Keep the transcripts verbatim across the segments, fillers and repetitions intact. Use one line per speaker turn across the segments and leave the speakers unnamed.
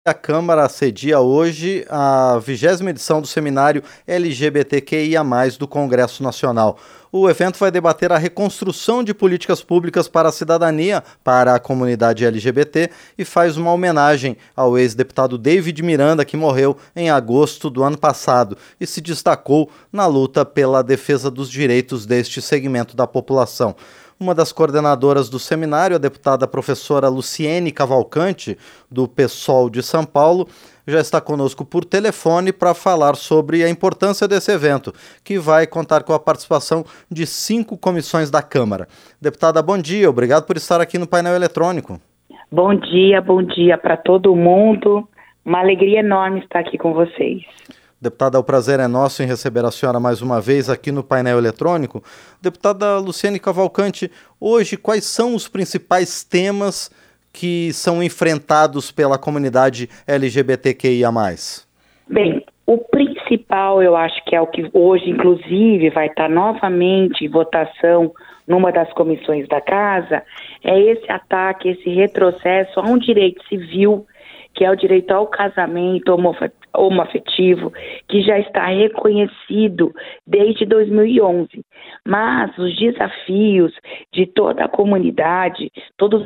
A Câmara cedia hoje a vigésima edição do seminário L G B T Q I A mais, do Congresso Nacional. O evento vai debater a reconstrução de políticas públicas para a cidadania para a comunidade L G B T e faz uma homenagem ao ex-deputado David Miranda, que morreu em agosto do ano passado e se destacou na luta pela defesa dos direitos deste segmento da população. Uma das coordenadoras do seminário, a deputada professora Luciene Cavalcante, do PSOL de São Paulo, já está conosco por telefone para falar sobre a importância desse evento, que vai contar com a participação de cinco comissões da Câmara. Deputada, bom dia, obrigado por estar aqui no painel eletrônico.
Bom dia, bom dia para todo mundo. Uma alegria enorme estar aqui com vocês.
Deputada, o prazer é nosso em receber a senhora mais uma vez aqui no painel eletrônico. Deputada Luciene Cavalcante, hoje quais são os principais temas que são enfrentados pela comunidade L G B T Q I A mais?
Bem, o principal, eu acho que é o que hoje, inclusive, vai estar novamente em votação numa das comissões da Casa, é esse ataque, esse retrocesso a um direito civil, que é o direito ao casamento homoafetivo, que já está reconhecido desde dois mil e onze. Mas os desafios de toda a comunidade, todos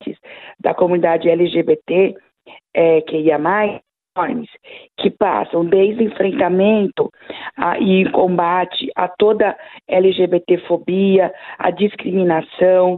da comunidade L G B T, é, Q I A mais, que passam desde o enfrentamento a, e combate a toda L G B T fobia, a discriminação,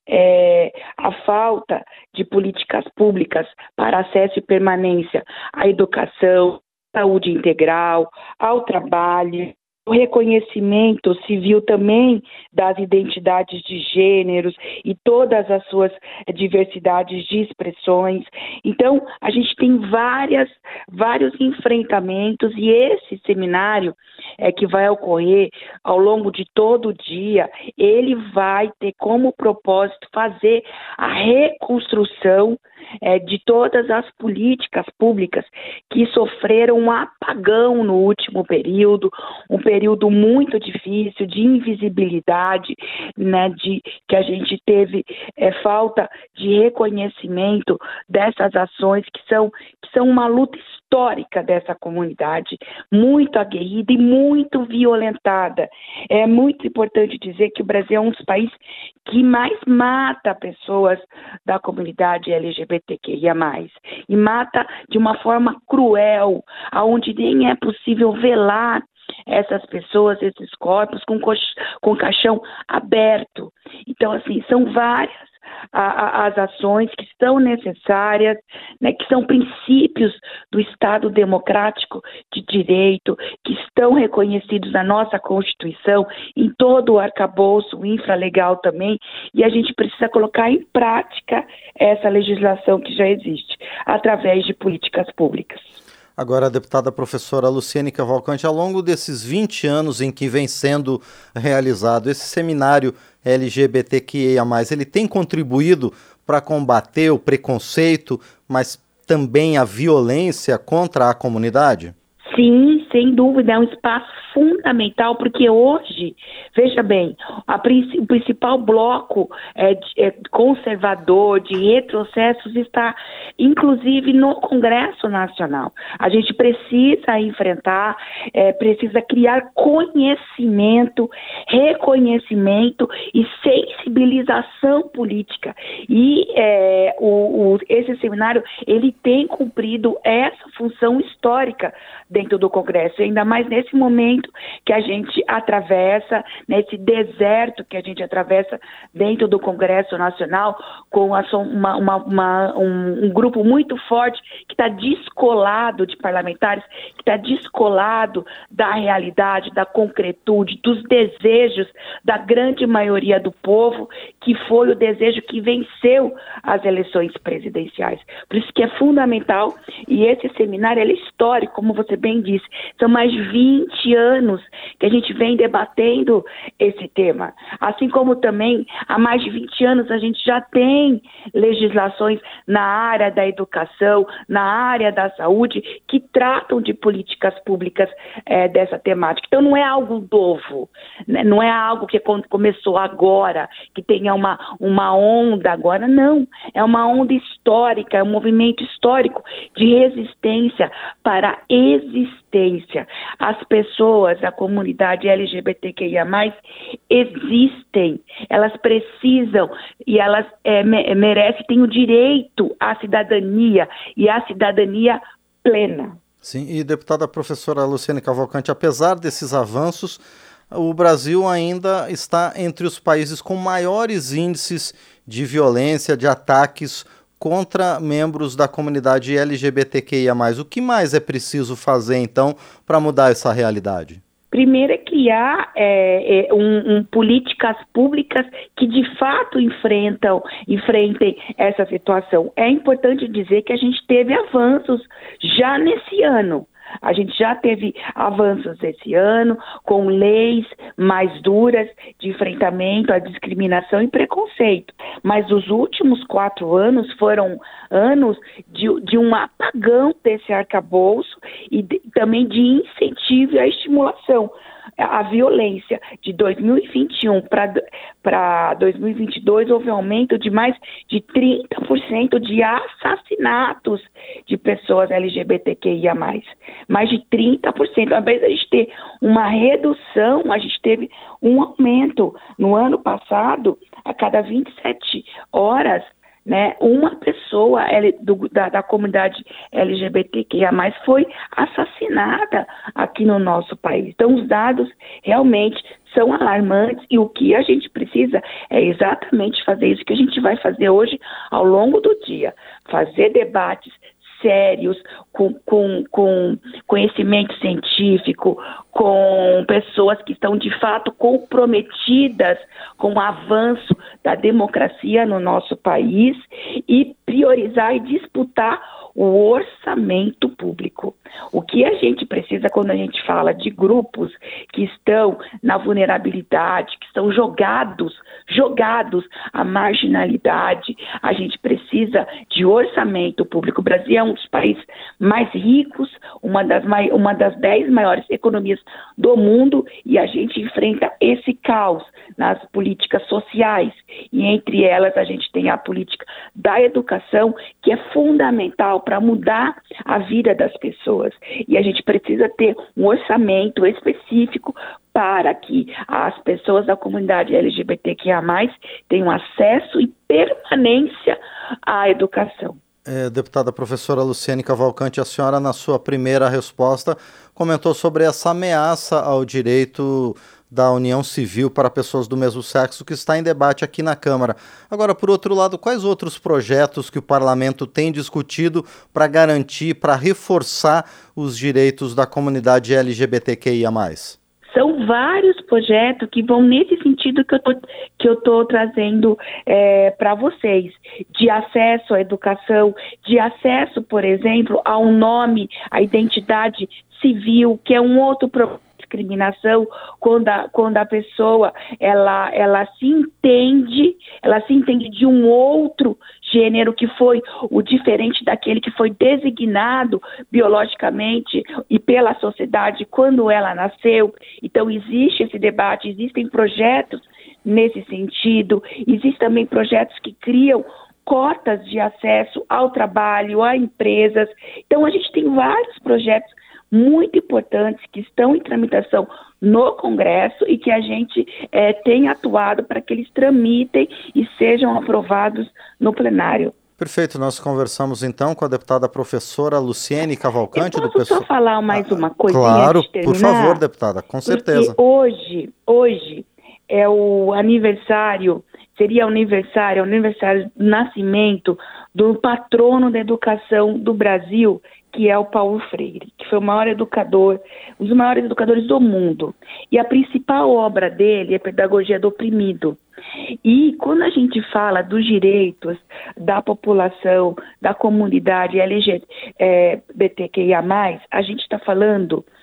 é, a falta de políticas públicas para acesso e permanência à educação, saúde integral, ao trabalho, o reconhecimento civil também das identidades de gêneros e todas as suas diversidades de expressões. Então, a gente tem várias, vários enfrentamentos e esse seminário é, que vai ocorrer ao longo de todo o dia, ele vai ter como propósito fazer a reconstrução é, de todas as políticas públicas que sofreram um apagão no último período, um período muito difícil de invisibilidade, né, de que a gente teve é, falta de reconhecimento dessas ações que são, que são uma luta histórica dessa comunidade, muito aguerrida e muito violentada. É muito importante dizer que o Brasil é um dos países que mais mata pessoas da comunidade L G B T Q I A mais, e mata de uma forma cruel, onde nem é possível velar essas pessoas, esses corpos, com, com caixão aberto. Então, assim, são várias a, a, as ações que são necessárias, né, que são princípios do Estado democrático de direito, que estão reconhecidos na nossa Constituição, em todo o arcabouço infralegal também, e a gente precisa colocar em prática essa legislação que já existe, através de políticas públicas.
Agora, a deputada professora Luciene Cavalcante, ao longo desses vinte anos em que vem sendo realizado esse seminário L G B T Q I A mais, ele tem contribuído para combater o preconceito, mas também a violência contra a comunidade?
Sim, sem dúvida, é um espaço fundamental, porque hoje, veja bem, a, o principal bloco é, é, conservador de retrocessos está, inclusive, no Congresso Nacional. A gente precisa enfrentar, é, precisa criar conhecimento, reconhecimento e sensibilização política. E é, o, o, esse seminário, ele tem cumprido essa função histórica dentro do Congresso, ainda mais nesse momento que a gente atravessa, nesse deserto que a gente atravessa dentro do Congresso Nacional, com a, uma, uma, uma, um, um grupo muito forte que está descolado de parlamentares, que está descolado da realidade, da concretude, dos desejos da grande maioria do povo, que foi o desejo que venceu as eleições presidenciais. Por isso que é fundamental, e esse seminário ele é histórico, como você bem disse, São mais de vinte anos que a gente vem debatendo esse tema. Assim como também há mais de vinte anos a gente já tem legislações na área da educação, na área da saúde, que tratam de políticas públicas é, dessa temática. Então não é algo novo, né? Não é algo que começou agora, que tenha uma, uma onda agora, não. É uma onda histórica, é um movimento histórico de resistência para a existência. As pessoas, a comunidade L G B T Q I A mais, existem, elas precisam e elas é, merecem, têm o direito à cidadania e à cidadania plena.
Sim, e deputada professora Luciane Cavalcante, apesar desses avanços, o Brasil ainda está entre os países com maiores índices de violência, de ataques contra membros da comunidade L G B T Q I A mais. O que mais é preciso fazer, então, para mudar essa realidade?
Primeiro é criar é, é, um, um, políticas públicas que de fato enfrentam, enfrentem essa situação. É importante dizer que a gente teve avanços já nesse ano. A gente já teve avanços esse ano com leis mais duras de enfrentamento à discriminação e preconceito. Mas os últimos quatro anos foram anos de, de um apagão desse arcabouço e de, também de incentivo à estimulação. A violência de dois mil e vinte e um para dois mil e vinte e dois houve um aumento de mais de trinta por cento de assassinatos de pessoas L G B T Q I A mais. Mais de trinta por cento. Ao invés de a gente ter uma redução, a gente teve um aumento. No ano passado, a cada vinte e sete horas, né, uma pessoa L, do, da, da comunidade L G B T Q I A mais, foi assassinada aqui no nosso país. Então, os dados realmente são alarmantes e o que a gente precisa é exatamente fazer isso que a gente vai fazer hoje ao longo do dia. Fazer debates sérios, com, com, com conhecimento científico, com pessoas que estão de fato comprometidas com o avanço da democracia no nosso país e priorizar e disputar o orçamento público. O que a gente precisa quando a gente fala de grupos que estão na vulnerabilidade, que estão jogados, jogados à marginalidade, a gente precisa de orçamento público. O Brasil é um dos países mais ricos, uma das, mai- uma das dez maiores economias do mundo e a gente enfrenta esse caos nas políticas sociais e entre elas a gente tem a política da educação que é fundamental para mudar a vida das pessoas e a gente precisa ter um orçamento específico para que as pessoas da comunidade L G B T Q I A mais, tenham acesso e permanência à educação.
É, deputada professora Luciane Cavalcante, a senhora na sua primeira resposta comentou sobre essa ameaça ao direito da união civil para pessoas do mesmo sexo que está em debate aqui na Câmara. Agora, por outro lado, quais outros projetos que o parlamento tem discutido para garantir, para reforçar os direitos da comunidade L G B T Q I A mais?
São vários projetos que vão nesse sentido que eu tô, que eu tô trazendo é, para vocês, de acesso à educação, de acesso, por exemplo, a um nome, à identidade civil, que é um outro problema. Discriminação, quando a, quando a pessoa ela, ela se entende, ela se entende de um outro gênero que foi o diferente daquele que foi designado biologicamente e pela sociedade quando ela nasceu. Então existe esse debate, existem projetos nesse sentido, existem também projetos que criam cotas de acesso ao trabalho, a empresas. Então a gente tem vários projetos muito importantes que estão em tramitação no Congresso e que a gente é, tem atuado para que eles tramitem e sejam aprovados no plenário.
Perfeito, nós conversamos então com a deputada professora Luciane Cavalcante.
Eu posso
do pessoal...
só falar mais uma coisinha
Claro,
antes de terminar?
por favor, deputada, com certeza.
Porque hoje, hoje é o aniversário, seria o aniversário, o aniversário do nascimento do patrono da educação do Brasil, que é o Paulo Freire, que foi o maior educador, um dos maiores educadores do mundo. E a principal obra dele é a Pedagogia do Oprimido. E quando a gente fala dos direitos da população, da comunidade L G B T Q I A mais, a gente está falando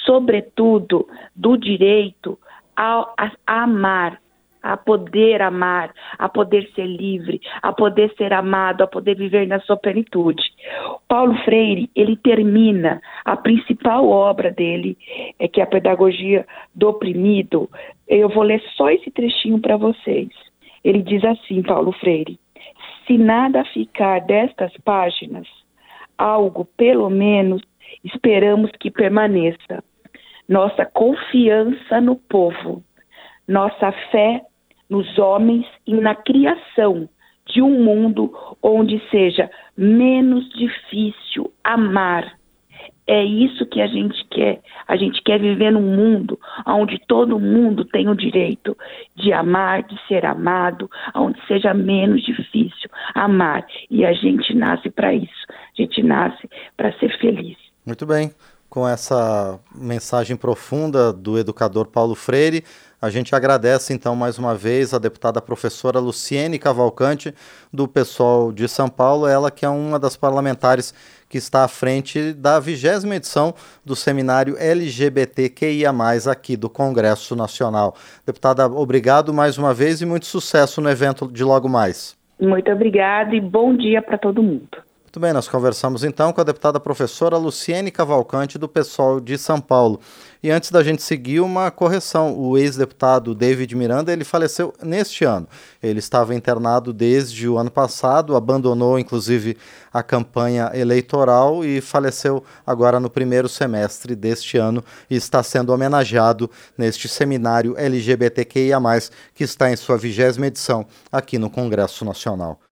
sobretudo, do direito a, a, a amar, a poder amar, a poder ser livre, a poder ser amado, a poder viver na sua plenitude. Paulo Freire, ele termina a principal obra dele, é, que é a Pedagogia do Oprimido. Eu vou ler só esse trechinho para vocês. Ele diz assim, Paulo Freire: se nada ficar destas páginas, algo, pelo menos, esperamos que permaneça. Nossa confiança no povo, nossa fé nos homens e na criação de um mundo onde seja menos difícil amar. É isso que a gente quer. A gente quer viver num mundo onde todo mundo tem o direito de amar, de ser amado, onde seja menos difícil amar. E a gente nasce para isso. A gente nasce para ser feliz.
Muito bem. Com essa mensagem profunda do educador Paulo Freire, a gente agradece então mais uma vez a deputada professora Luciene Cavalcante, do PSOL de São Paulo, ela que é uma das parlamentares que está à frente da vigésima edição do seminário L G B T Q I A mais, aqui do Congresso Nacional. Deputada, obrigado mais uma vez e muito sucesso no evento de logo mais.
Muito obrigada e bom dia para todo mundo.
Muito bem, nós conversamos então com a deputada professora Luciene Cavalcante, do PSOL de São Paulo. E antes da gente seguir, uma correção: o ex-deputado David Miranda, ele faleceu neste ano. Ele estava internado desde o ano passado, abandonou inclusive a campanha eleitoral e faleceu agora no primeiro semestre deste ano e está sendo homenageado neste seminário L G B T Q I A mais, que está em sua vigésima edição aqui no Congresso Nacional.